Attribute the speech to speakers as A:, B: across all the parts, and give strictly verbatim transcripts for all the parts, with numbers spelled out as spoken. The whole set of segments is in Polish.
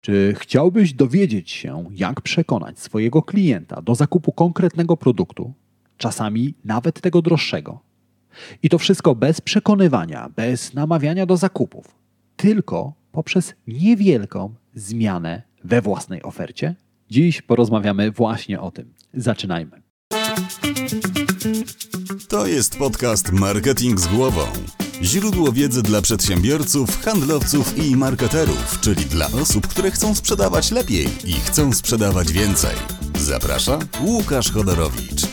A: Czy chciałbyś dowiedzieć się, jak przekonać swojego klienta do zakupu konkretnego produktu, czasami nawet tego droższego? I to wszystko bez przekonywania, bez namawiania do zakupów, tylko poprzez niewielką zmianę we własnej ofercie? Dziś porozmawiamy właśnie o tym. Zaczynajmy.
B: To jest podcast Marketing z głową. Źródło wiedzy dla przedsiębiorców, handlowców i marketerów, czyli dla osób, które chcą sprzedawać lepiej i chcą sprzedawać więcej. Zaprasza Łukasz Chodorowicz.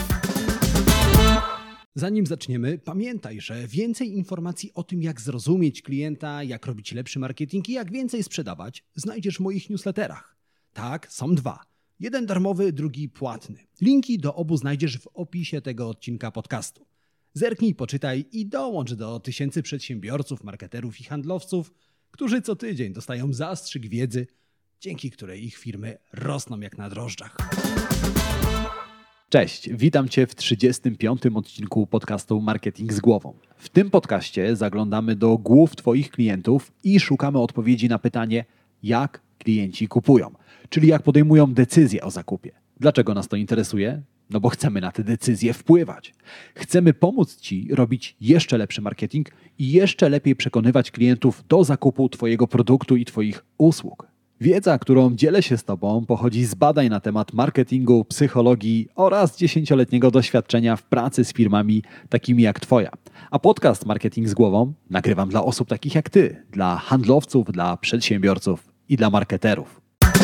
C: Zanim zaczniemy, pamiętaj, że więcej informacji o tym, jak zrozumieć klienta, jak robić lepszy marketing i jak więcej sprzedawać, znajdziesz w moich newsletterach. Tak, są dwa. Jeden darmowy, drugi płatny. Linki do obu znajdziesz w opisie tego odcinka podcastu. Zerknij, poczytaj i dołącz do tysięcy przedsiębiorców, marketerów i handlowców, którzy co tydzień dostają zastrzyk wiedzy, dzięki której ich firmy rosną jak na drożdżach.
A: Cześć, witam Cię w trzydziestym piątym odcinku podcastu Marketing z głową. W tym podcaście zaglądamy do głów Twoich klientów i szukamy odpowiedzi na pytanie, jak klienci kupują, czyli jak podejmują decyzję o zakupie. Dlaczego nas to interesuje? No bo chcemy na te decyzje wpływać. Chcemy pomóc Ci robić jeszcze lepszy marketing i jeszcze lepiej przekonywać klientów do zakupu Twojego produktu i Twoich usług. Wiedza, którą dzielę się z Tobą, pochodzi z badań na temat marketingu, psychologii oraz dziesięcioletniego doświadczenia w pracy z firmami takimi jak Twoja. A podcast Marketing z głową nagrywam dla osób takich jak Ty, dla handlowców, dla przedsiębiorców i dla marketerów.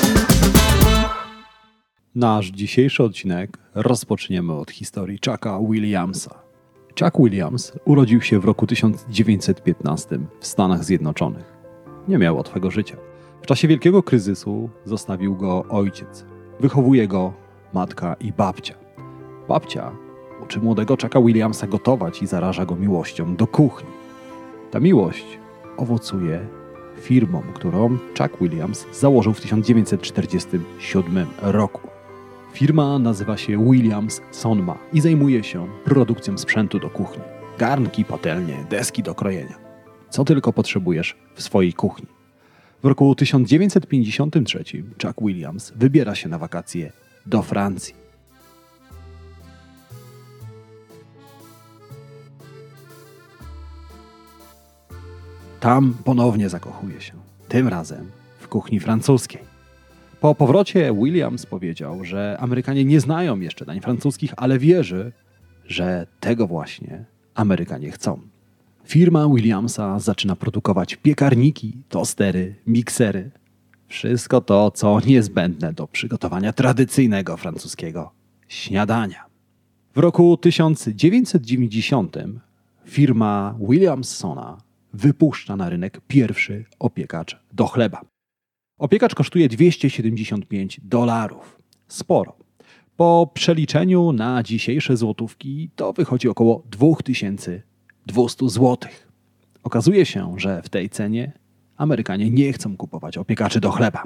A: Nasz dzisiejszy odcinek rozpoczniemy od historii Chucka Williamsa. Chuck Williams urodził się w roku tysiąc dziewięćset piętnastym w Stanach Zjednoczonych. Nie miał łatwego życia. W czasie wielkiego kryzysu zostawił go ojciec. Wychowuje go matka i babcia. Babcia uczy młodego Chucka Williamsa gotować i zaraża go miłością do kuchni. Ta miłość owocuje firmą, którą Chuck Williams założył w tysiąc dziewięćset czterdziestym siódmym roku. Firma nazywa się Williams Sonoma i zajmuje się produkcją sprzętu do kuchni. Garnki, patelnie, deski do krojenia. Co tylko potrzebujesz w swojej kuchni. W roku tysiąc dziewięćset pięćdziesiątym trzecim Chuck Williams wybiera się na wakacje do Francji. Tam ponownie zakochuje się, tym razem w kuchni francuskiej. Po powrocie Williams powiedział, że Amerykanie nie znają jeszcze dań francuskich, ale wierzy, że tego właśnie Amerykanie chcą. Firma Williamsa zaczyna produkować piekarniki, tostery, miksery. Wszystko to, co niezbędne do przygotowania tradycyjnego francuskiego śniadania. W roku tysiąc dziewięćset dziewięćdziesiątym firma Williams Sonoma wypuszcza na rynek pierwszy opiekacz do chleba. Opiekacz kosztuje dwieście siedemdziesiąt pięć dolarów. Sporo. Po przeliczeniu na dzisiejsze złotówki to wychodzi około dwa tysiące dwieście złotych. Okazuje się, że w tej cenie Amerykanie nie chcą kupować opiekaczy do chleba.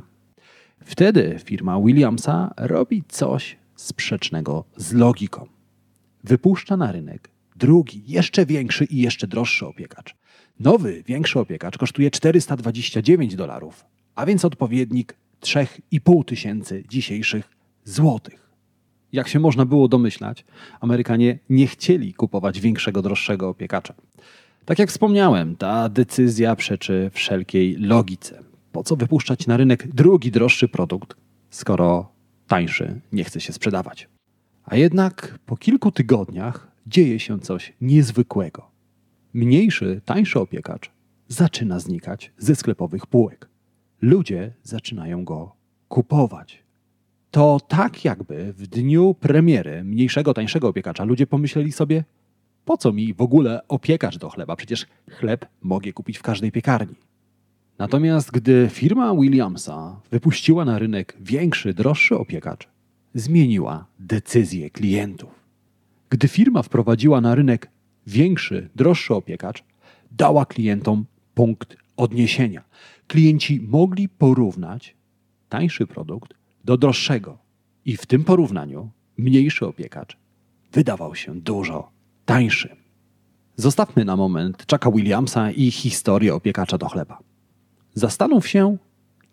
A: Wtedy firma Williamsa robi coś sprzecznego z logiką. Wypuszcza na rynek drugi, jeszcze większy i jeszcze droższy opiekacz. Nowy, większy opiekacz kosztuje czterysta dwadzieścia dziewięć dolarów, a więc odpowiednik trzy i pół tysięcy dzisiejszych złotych. Jak się można było domyślać, Amerykanie nie chcieli kupować większego, droższego opiekacza. Tak jak wspomniałem, ta decyzja przeczy wszelkiej logice. Po co wypuszczać na rynek drugi, droższy produkt, skoro tańszy nie chce się sprzedawać? A jednak po kilku tygodniach dzieje się coś niezwykłego. Mniejszy, tańszy opiekacz zaczyna znikać ze sklepowych półek. Ludzie zaczynają go kupować. To tak jakby w dniu premiery mniejszego, tańszego opiekacza ludzie pomyśleli sobie, po co mi w ogóle opiekacz do chleba? Przecież chleb mogę kupić w każdej piekarni. Natomiast gdy firma Williamsa wypuściła na rynek większy, droższy opiekacz, zmieniła decyzję klientów. Gdy firma wprowadziła na rynek większy, droższy opiekacz, dała klientom punkt odniesienia. Klienci mogli porównać tańszy produkt do droższego i w tym porównaniu mniejszy opiekacz wydawał się dużo tańszy. Zostawmy na moment Chucka Williamsa i historię opiekacza do chleba. Zastanów się,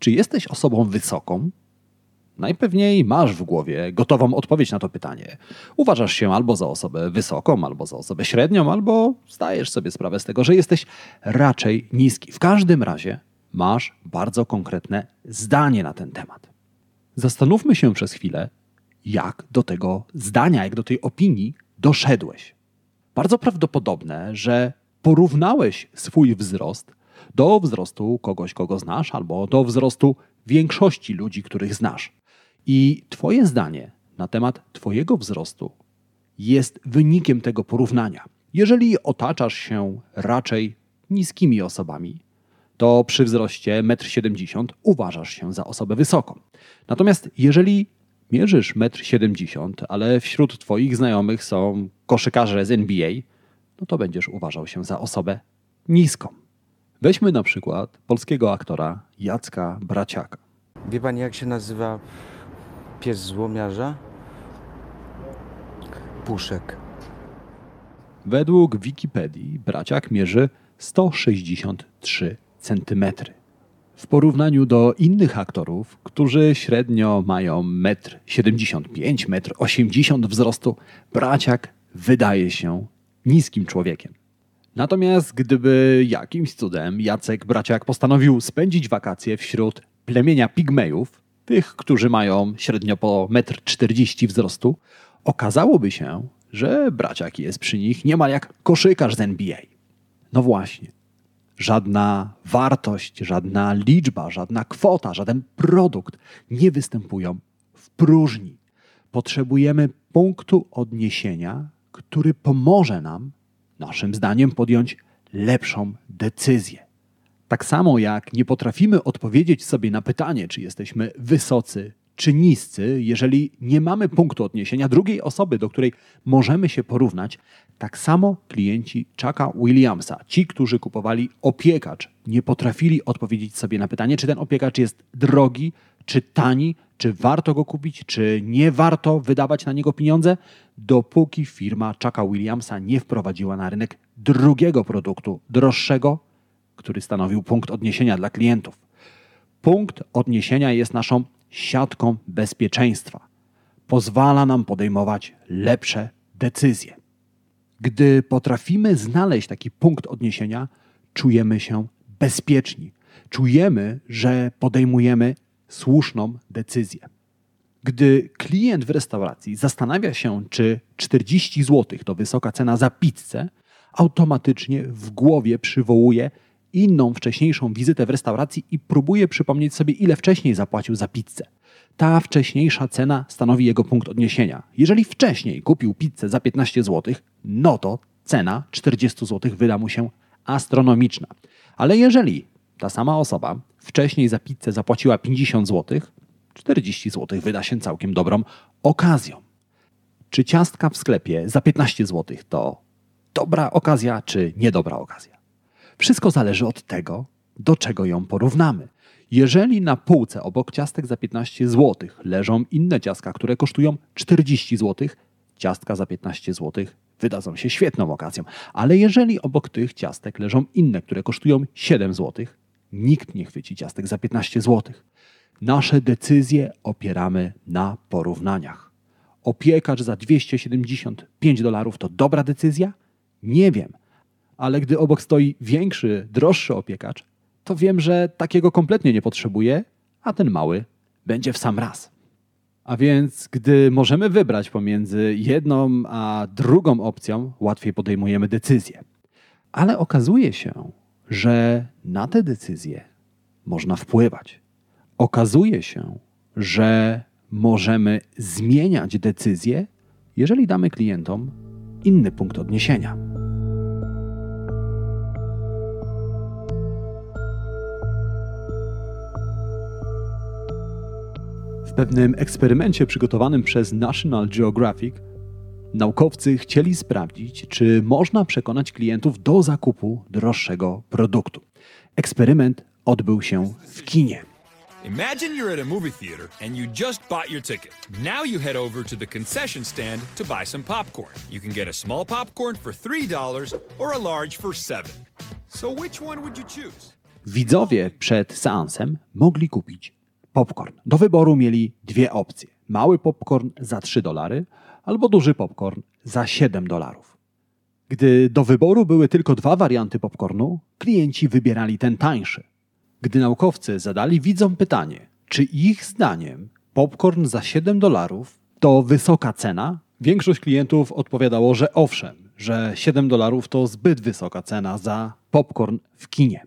A: Czy jesteś osobą wysoką? Najpewniej masz w głowie gotową odpowiedź na to pytanie. Uważasz się albo za osobę wysoką, albo za osobę średnią, albo zdajesz sobie sprawę z tego, że jesteś raczej niski. W każdym razie masz bardzo konkretne zdanie na ten temat. Zastanówmy się przez chwilę, jak do tego zdania, jak do tej opinii doszedłeś. Bardzo prawdopodobne, że porównałeś swój wzrost do wzrostu kogoś, kogo znasz, albo do wzrostu większości ludzi, których znasz. I twoje zdanie na temat twojego wzrostu jest wynikiem tego porównania. Jeżeli otaczasz się raczej niskimi osobami, to przy wzroście jeden siedemdziesiąt metr uważasz się za osobę wysoką. Natomiast jeżeli mierzysz jeden siedemdziesiąt metr, ale wśród twoich znajomych są koszykarze z N B A, no to będziesz uważał się za osobę niską. Weźmy na przykład polskiego aktora Jacka Braciaka.
D: Wie pani, jak się nazywa pies złomiarza? Puszek.
A: Według Wikipedii Braciak mierzy sto sześćdziesiąt trzy centymetry. W porównaniu do innych aktorów, którzy średnio mają jeden siedemdziesiąt pięć metr, jeden osiemdziesiąt metr wzrostu, Braciak wydaje się niskim człowiekiem. Natomiast gdyby jakimś cudem Jacek Braciak postanowił spędzić wakacje wśród plemienia pigmejów, tych, którzy mają średnio po jeden czterdzieści metr wzrostu, okazałoby się, że Braciak jest przy nich niemal jak koszykarz z N B A. No właśnie. Żadna wartość, żadna liczba, żadna kwota, żaden produkt nie występują w próżni. Potrzebujemy punktu odniesienia, który pomoże nam, naszym zdaniem, podjąć lepszą decyzję. Tak samo jak nie potrafimy odpowiedzieć sobie na pytanie, czy jesteśmy wysocy czy niscy, jeżeli nie mamy punktu odniesienia drugiej osoby, do której możemy się porównać, tak samo klienci Chucka Williamsa, ci, którzy kupowali opiekacz, nie potrafili odpowiedzieć sobie na pytanie, czy ten opiekacz jest drogi, czy tani, czy warto go kupić, czy nie warto wydawać na niego pieniądze, dopóki firma Chucka Williamsa nie wprowadziła na rynek drugiego produktu, droższego, który stanowił punkt odniesienia dla klientów. Punkt odniesienia jest naszą siatką bezpieczeństwa. Pozwala nam podejmować lepsze decyzje. Gdy potrafimy znaleźć taki punkt odniesienia, czujemy się bezpieczni. Czujemy, że podejmujemy słuszną decyzję. Gdy klient w restauracji zastanawia się, czy czterdzieści złotych to wysoka cena za pizzę, automatycznie w głowie przywołuje inną, wcześniejszą wizytę w restauracji i próbuje przypomnieć sobie, ile wcześniej zapłacił za pizzę. Ta wcześniejsza cena stanowi jego punkt odniesienia. Jeżeli wcześniej kupił pizzę za piętnaście złotych, no to cena czterdzieści złotych wyda mu się astronomiczna. Ale jeżeli ta sama osoba wcześniej za pizzę zapłaciła pięćdziesiąt złotych, czterdzieści złotych wyda się całkiem dobrą okazją. Czy ciastka w sklepie za piętnaście złotych to dobra okazja, czy niedobra okazja? Wszystko zależy od tego, do czego ją porównamy. Jeżeli na półce obok ciastek za piętnaście złotych leżą inne ciastka, które kosztują czterdzieści złotych, ciastka za piętnaście złotych wydadzą się świetną okazją. Ale jeżeli obok tych ciastek leżą inne, które kosztują siedem złotych, nikt nie chwyci ciastek za piętnaście złotych. Nasze decyzje opieramy na porównaniach. Opiekacz za dwieście siedemdziesiąt pięć dolarów to dobra decyzja? Nie wiem. Ale gdy obok stoi większy, droższy opiekacz, to wiem, że takiego kompletnie nie potrzebuję, a ten mały będzie w sam raz. A więc, gdy możemy wybrać pomiędzy jedną a drugą opcją, łatwiej podejmujemy decyzję. Ale okazuje się, że na te decyzje można wpływać. Okazuje się, że możemy zmieniać decyzje, jeżeli damy klientom inny punkt odniesienia. W pewnym eksperymencie przygotowanym przez National Geographic naukowcy chcieli sprawdzić, czy można przekonać klientów do zakupu droższego produktu. Eksperyment odbył się w kinie.
E: Imagine you're at a movie theater and you just bought your ticket. Now you head over to the concession stand to buy some popcorn. You can get a small popcorn for three dollars or a large for seven dollars. So which one would you choose?
A: Widzowie przed seansem mogli kupić popcorn. Do wyboru mieli dwie opcje. Mały popcorn za trzy dolary albo duży popcorn za siedem dolarów. Gdy do wyboru były tylko dwa warianty popcornu, klienci wybierali ten tańszy. Gdy naukowcy zadali widzom pytanie, czy ich zdaniem popcorn za siedem dolarów to wysoka cena, większość klientów odpowiadało, że owszem, że siedem dolarów to zbyt wysoka cena za popcorn w kinie.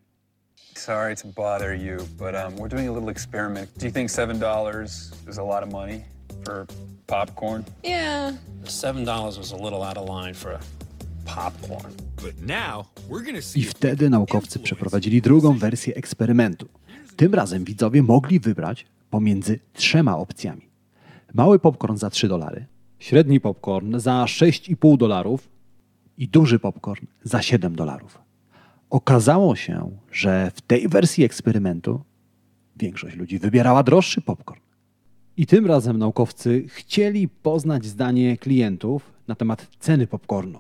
F: Sorry to bother you, but um, we're doing a little experiment. Do you think seven dollars is a lot of money for popcorn?
G: Yeah, seven dollars was a little out of line for popcorn.
E: But now we're gonna see
A: I wtedy naukowcy przeprowadzili drugą wersję eksperymentu. Tym razem widzowie mogli wybrać pomiędzy trzema opcjami. Mały popcorn za trzy dolary, średni popcorn za sześć i pół dolarów i duży popcorn za siedem dolarów. Okazało się, że w tej wersji eksperymentu większość ludzi wybierała droższy popcorn. I tym razem naukowcy chcieli poznać zdanie klientów na temat ceny popcornu.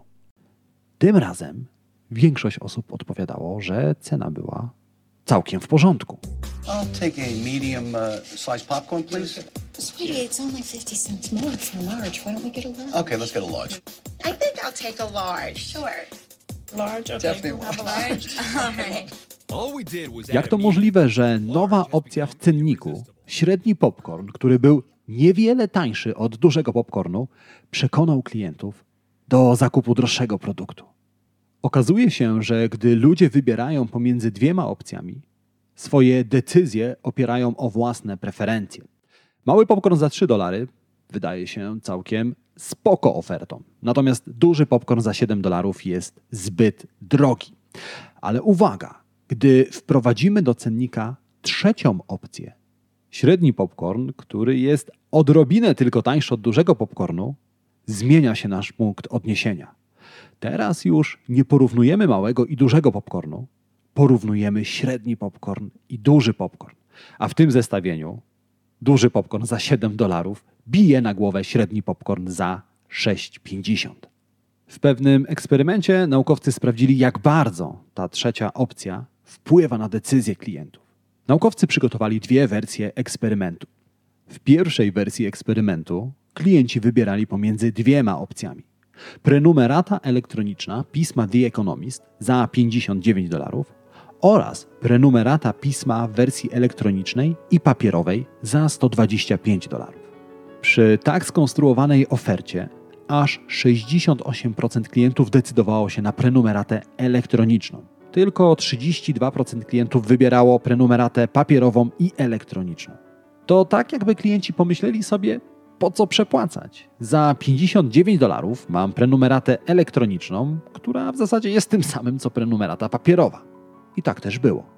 A: Tym razem większość osób odpowiadało, że cena była całkiem w porządku.
H: I'll take a medium uh, sliced popcorn, please.
G: Sweetie, it's only fifty cents more for large. Why don't we get a large?
H: Okay, let's get a large.
I: I think I'll take a large. Sure.
G: Large? Okay.
H: Definitely
G: We'll have a
I: Large?
G: large.
I: All right.
E: all we did was
A: Jak
E: add
A: to
E: a
A: możliwe, że nowa opcja w cenniku, średni popcorn, który był niewiele tańszy od dużego popcornu, przekonał klientów do zakupu droższego produktu? Okazuje się, że gdy ludzie wybierają pomiędzy dwiema opcjami, swoje decyzje opierają o własne preferencje. Mały popcorn za trzy dolary wydaje się całkiem spoko ofertą. Natomiast duży popcorn za siedem dolarów jest zbyt drogi. Ale uwaga, gdy wprowadzimy do cennika trzecią opcję, średni popcorn, który jest odrobinę tylko tańszy od dużego popcornu, zmienia się nasz punkt odniesienia. Teraz już nie porównujemy małego i dużego popcornu, porównujemy średni popcorn i duży popcorn. A w tym zestawieniu duży popcorn za siedem dolarów bije na głowę średni popcorn za sześć pięćdziesiąt. W pewnym eksperymencie naukowcy sprawdzili, jak bardzo ta trzecia opcja wpływa na decyzje klientów. Naukowcy przygotowali dwie wersje eksperymentu. W pierwszej wersji eksperymentu klienci wybierali pomiędzy dwiema opcjami. Prenumerata elektroniczna pisma The Economist za pięćdziesiąt dziewięć dolarów oraz prenumerata pisma w wersji elektronicznej i papierowej za sto dwadzieścia pięć dolarów. Przy tak skonstruowanej ofercie aż sześćdziesiąt osiem procent klientów decydowało się na prenumeratę elektroniczną. Tylko trzydzieści dwa procent klientów wybierało prenumeratę papierową i elektroniczną. To tak jakby klienci pomyśleli sobie, po co przepłacać? Za pięćdziesiąt dziewięć dolarów mam prenumeratę elektroniczną, która w zasadzie jest tym samym co prenumerata papierowa. I tak też było.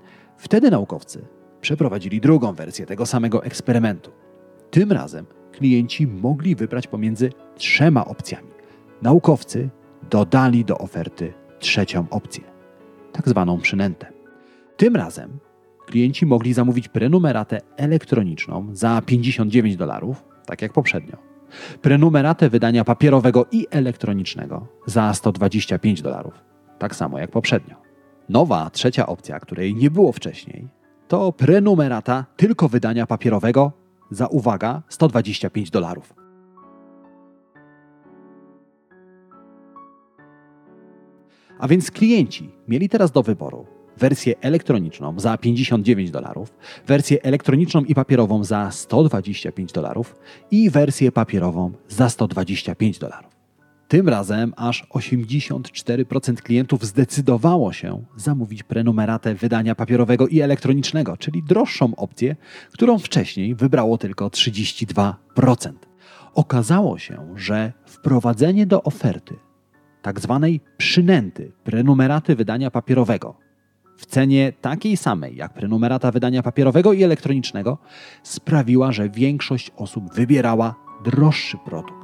A: Wtedy naukowcy przeprowadzili drugą wersję tego samego eksperymentu. Tym razem klienci mogli wybrać pomiędzy trzema opcjami. Naukowcy dodali do oferty trzecią opcję, tak zwaną przynętę. Tym razem klienci mogli zamówić prenumeratę elektroniczną za pięćdziesiąt dziewięć dolarów, tak jak poprzednio. Prenumeratę wydania papierowego i elektronicznego za sto dwadzieścia pięć dolarów, tak samo jak poprzednio. Nowa, trzecia opcja, której nie było wcześniej, to prenumerata tylko wydania papierowego za, uwaga, sto dwadzieścia pięć dolarów. A więc klienci mieli teraz do wyboru wersję elektroniczną za pięćdziesiąt dziewięć dolarów, wersję elektroniczną i papierową za sto dwadzieścia pięć dolarów i wersję papierową za sto dwadzieścia pięć dolarów. Tym razem aż osiemdziesiąt cztery procent klientów zdecydowało się zamówić prenumeratę wydania papierowego i elektronicznego, czyli droższą opcję, którą wcześniej wybrało tylko trzydzieści dwa procent. Okazało się, że wprowadzenie do oferty tak zwanej przynęty prenumeraty wydania papierowego w cenie takiej samej jak prenumerata wydania papierowego i elektronicznego sprawiła, że większość osób wybierała droższy produkt.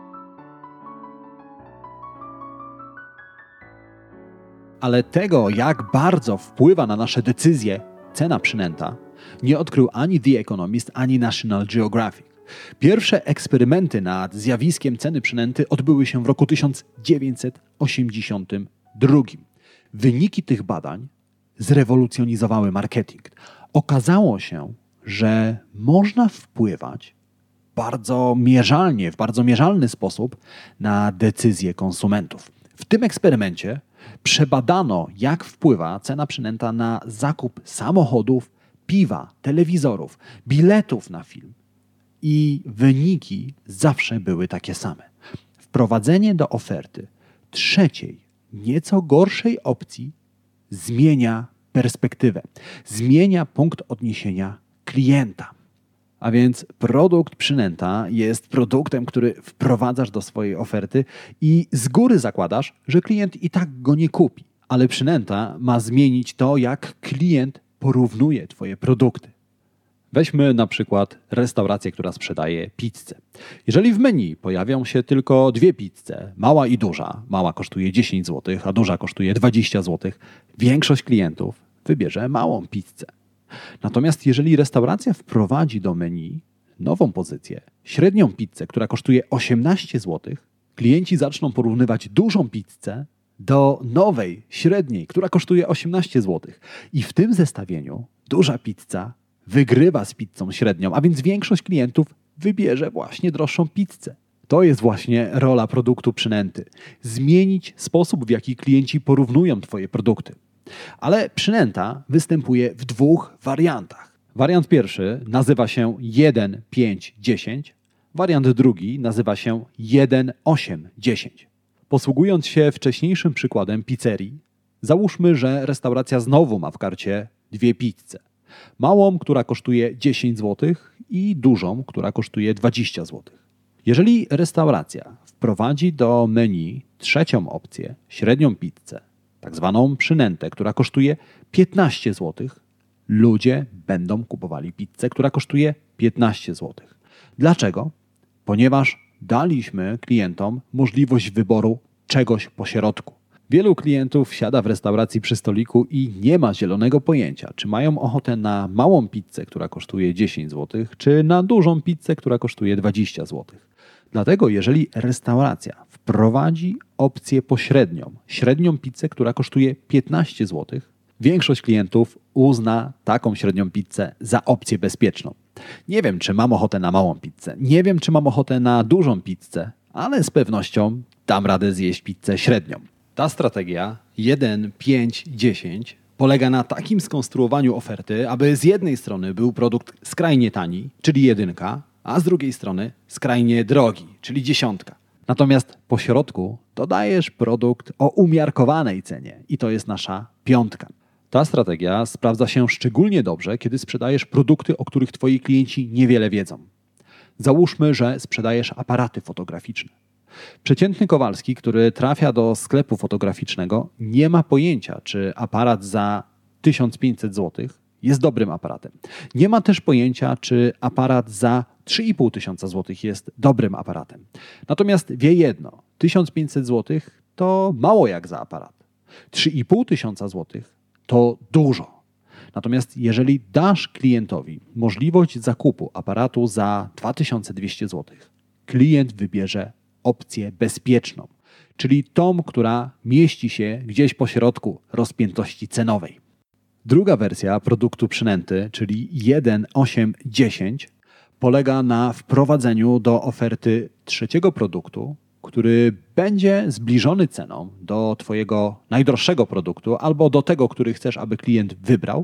A: Ale tego, jak bardzo wpływa na nasze decyzje cena przynęta, nie odkrył ani The Economist, ani National Geographic. Pierwsze eksperymenty nad zjawiskiem ceny przynęty odbyły się w roku tysiąc dziewięćset osiemdziesiątym drugim. Wyniki tych badań zrewolucjonizowały marketing. Okazało się, że można wpływać bardzo mierzalnie, w bardzo mierzalny sposób na decyzje konsumentów. W tym eksperymencie przebadano, jak wpływa cena przynęta na zakup samochodów, piwa, telewizorów, biletów na film. I wyniki zawsze były takie same. Wprowadzenie do oferty trzeciej, nieco gorszej opcji zmienia perspektywę, zmienia punkt odniesienia klienta. A więc produkt przynęta jest produktem, który wprowadzasz do swojej oferty i z góry zakładasz, że klient i tak go nie kupi. Ale przynęta ma zmienić to, jak klient porównuje twoje produkty. Weźmy na przykład restaurację, która sprzedaje pizzę. Jeżeli w menu pojawią się tylko dwie pizze, mała i duża, mała kosztuje dziesięć złotych, a duża kosztuje dwadzieścia złotych, większość klientów wybierze małą pizzę. Natomiast jeżeli restauracja wprowadzi do menu nową pozycję, średnią pizzę, która kosztuje osiemnaście złotych, klienci zaczną porównywać dużą pizzę do nowej, średniej, która kosztuje osiemnaście złotych. I w tym zestawieniu duża pizza wygrywa z pizzą średnią, a więc większość klientów wybierze właśnie droższą pizzę. To jest właśnie rola produktu przynęty. Zmienić sposób, w jaki klienci porównują twoje produkty. Ale przynęta występuje w dwóch wariantach. Wariant pierwszy nazywa się jeden pięć dziesięć, wariant drugi nazywa się jeden osiem dziesięć. Posługując się wcześniejszym przykładem pizzerii, załóżmy, że restauracja znowu ma w karcie dwie pizze. Małą, która kosztuje dziesięć złotych i dużą, która kosztuje dwadzieścia złotych. Jeżeli restauracja wprowadzi do menu trzecią opcję, średnią pizzę, tak zwaną przynętę, która kosztuje piętnaście złotych, ludzie będą kupowali pizzę, która kosztuje piętnaście złotych. Dlaczego? Ponieważ daliśmy klientom możliwość wyboru czegoś pośrodku. Wielu klientów siada w restauracji przy stoliku i nie ma zielonego pojęcia, czy mają ochotę na małą pizzę, która kosztuje dziesięć złotych, czy na dużą pizzę, która kosztuje dwadzieścia złotych. Dlatego jeżeli restauracja wprowadzi opcję pośrednią, średnią pizzę, która kosztuje piętnaście złotych, większość klientów uzna taką średnią pizzę za opcję bezpieczną. Nie wiem, czy mam ochotę na małą pizzę, nie wiem, czy mam ochotę na dużą pizzę, ale z pewnością dam radę zjeść pizzę średnią. Ta strategia jeden pięć dziesięć polega na takim skonstruowaniu oferty, aby z jednej strony był produkt skrajnie tani, czyli jedynka, a z drugiej strony skrajnie drogi, czyli dziesiątka. Natomiast po środku dodajesz produkt o umiarkowanej cenie i to jest nasza piątka. Ta strategia sprawdza się szczególnie dobrze, kiedy sprzedajesz produkty, o których twoi klienci niewiele wiedzą. Załóżmy, że sprzedajesz aparaty fotograficzne. Przeciętny Kowalski, który trafia do sklepu fotograficznego, nie ma pojęcia, czy aparat za tysiąc pięćset złotych jest dobrym aparatem. Nie ma też pojęcia, czy aparat za trzy i pół tysiąca złotych jest dobrym aparatem. Natomiast wie jedno, tysiąc pięćset złotych to mało jak za aparat. trzy i pół tysiąca złotych to dużo. Natomiast jeżeli dasz klientowi możliwość zakupu aparatu za dwa tysiące dwieście złotych, klient wybierze opcję bezpieczną, czyli tą, która mieści się gdzieś po środku rozpiętości cenowej. Druga wersja produktu przynęty, czyli jeden osiem dziesięć, polega na wprowadzeniu do oferty trzeciego produktu, który będzie zbliżony ceną do twojego najdroższego produktu albo do tego, który chcesz, aby klient wybrał,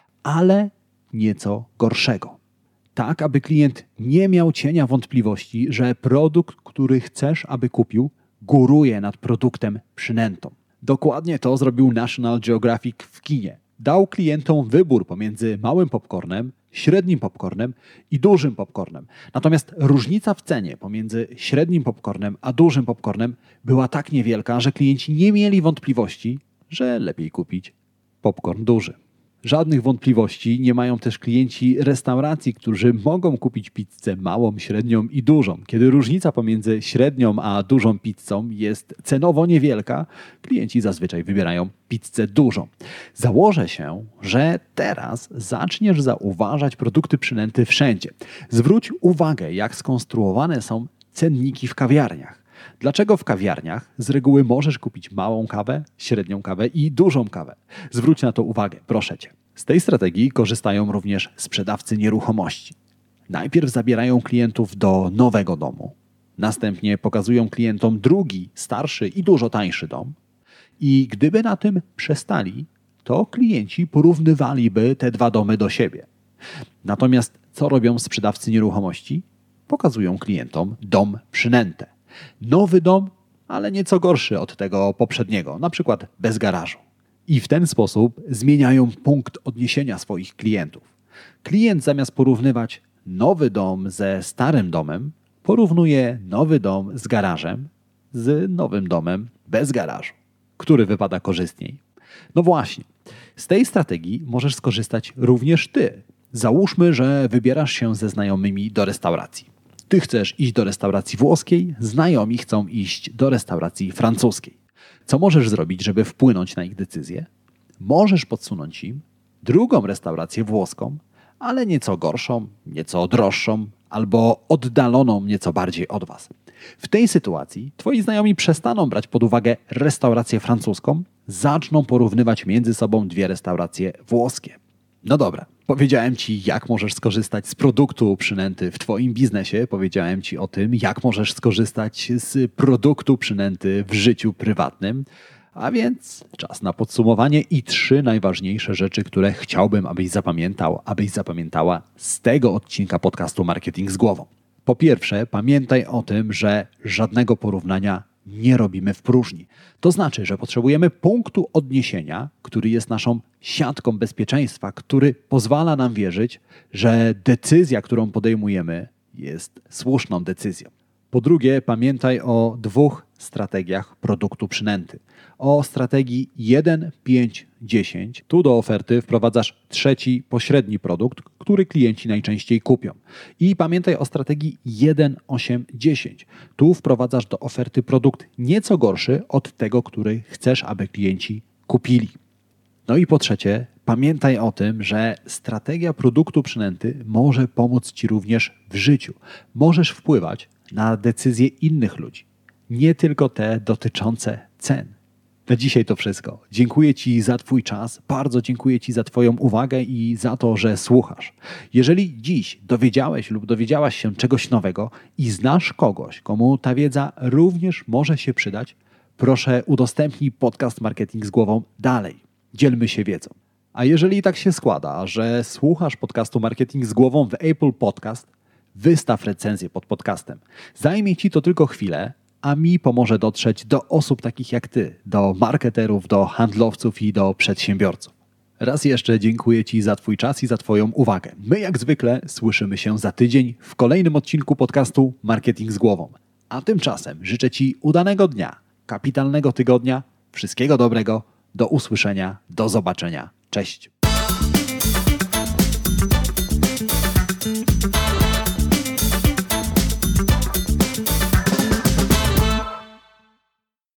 A: ale nieco gorszego. Tak, aby klient nie miał cienia wątpliwości, że produkt, który chcesz, aby kupił, góruje nad produktem przynętą. Dokładnie to zrobił National Geographic w kinie. Dał klientom wybór pomiędzy małym popcornem, średnim popcornem i dużym popcornem. Natomiast różnica w cenie pomiędzy średnim popcornem a dużym popcornem była tak niewielka, że klienci nie mieli wątpliwości, że lepiej kupić popcorn duży. Żadnych wątpliwości nie mają też klienci restauracji, którzy mogą kupić pizzę małą, średnią i dużą. Kiedy różnica pomiędzy średnią a dużą pizzą jest cenowo niewielka, klienci zazwyczaj wybierają pizzę dużą. Założę się, że teraz zaczniesz zauważać produkty przynęty wszędzie. Zwróć uwagę, jak skonstruowane są cenniki w kawiarniach. Dlaczego w kawiarniach z reguły możesz kupić małą kawę, średnią kawę i dużą kawę? Zwróć na to uwagę, proszę Cię. Z tej strategii korzystają również sprzedawcy nieruchomości. Najpierw zabierają klientów do nowego domu, następnie pokazują klientom drugi, starszy i dużo tańszy dom i gdyby na tym przestali, to klienci porównywaliby te dwa domy do siebie. Natomiast co robią sprzedawcy nieruchomości? Pokazują klientom dom przynętę. Nowy dom, ale nieco gorszy od tego poprzedniego, na przykład bez garażu. I w ten sposób zmieniają punkt odniesienia swoich klientów. Klient zamiast porównywać nowy dom ze starym domem, porównuje nowy dom z garażem z nowym domem bez garażu. Który wypada korzystniej? No właśnie, z tej strategii możesz skorzystać również Ty. Załóżmy, że wybierasz się ze znajomymi do restauracji. Ty chcesz iść do restauracji włoskiej, znajomi chcą iść do restauracji francuskiej. Co możesz zrobić, żeby wpłynąć na ich decyzję? Możesz podsunąć im drugą restaurację włoską, ale nieco gorszą, nieco droższą albo oddaloną nieco bardziej od Was. W tej sytuacji Twoi znajomi przestaną brać pod uwagę restaurację francuską, zaczną porównywać między sobą dwie restauracje włoskie. No dobra, powiedziałem Ci, jak możesz skorzystać z produktu przynęty w Twoim biznesie. Powiedziałem Ci o tym, jak możesz skorzystać z produktu przynęty w życiu prywatnym. A więc czas na podsumowanie i trzy najważniejsze rzeczy, które chciałbym, abyś zapamiętał, abyś zapamiętała z tego odcinka podcastu Marketing z Głową. Po pierwsze, pamiętaj o tym, że żadnego porównania nie robimy w próżni. To znaczy, że potrzebujemy punktu odniesienia, który jest naszą siatką bezpieczeństwa, który pozwala nam wierzyć, że decyzja, którą podejmujemy, jest słuszną decyzją. Po drugie, pamiętaj o dwóch strategiach produktu przynęty. O strategii jeden, pięć, dziesięć. Tu do oferty wprowadzasz trzeci, pośredni produkt, który klienci najczęściej kupią. I pamiętaj o strategii jeden, osiem, dziesięć. Tu wprowadzasz do oferty produkt nieco gorszy od tego, który chcesz, aby klienci kupili. No i po trzecie, pamiętaj o tym, że strategia produktu przynęty może pomóc Ci również w życiu. Możesz wpływać na decyzje innych ludzi, nie tylko te dotyczące cen. Na dzisiaj to wszystko. Dziękuję Ci za Twój czas, bardzo dziękuję Ci za Twoją uwagę i za to, że słuchasz. Jeżeli dziś dowiedziałeś lub dowiedziałaś się czegoś nowego i znasz kogoś, komu ta wiedza również może się przydać, proszę udostępnij podcast Marketing z Głową dalej. Dzielmy się wiedzą. A jeżeli tak się składa, że słuchasz podcastu Marketing z Głową w Apple Podcast, wystaw recenzję pod podcastem. Zajmie Ci to tylko chwilę, a mi pomoże dotrzeć do osób takich jak Ty, do marketerów, do handlowców i do przedsiębiorców. Raz jeszcze dziękuję Ci za Twój czas i za Twoją uwagę. My jak zwykle słyszymy się za tydzień w kolejnym odcinku podcastu Marketing z Głową. A tymczasem życzę Ci udanego dnia, kapitalnego tygodnia, wszystkiego dobrego, do usłyszenia, do zobaczenia. Cześć!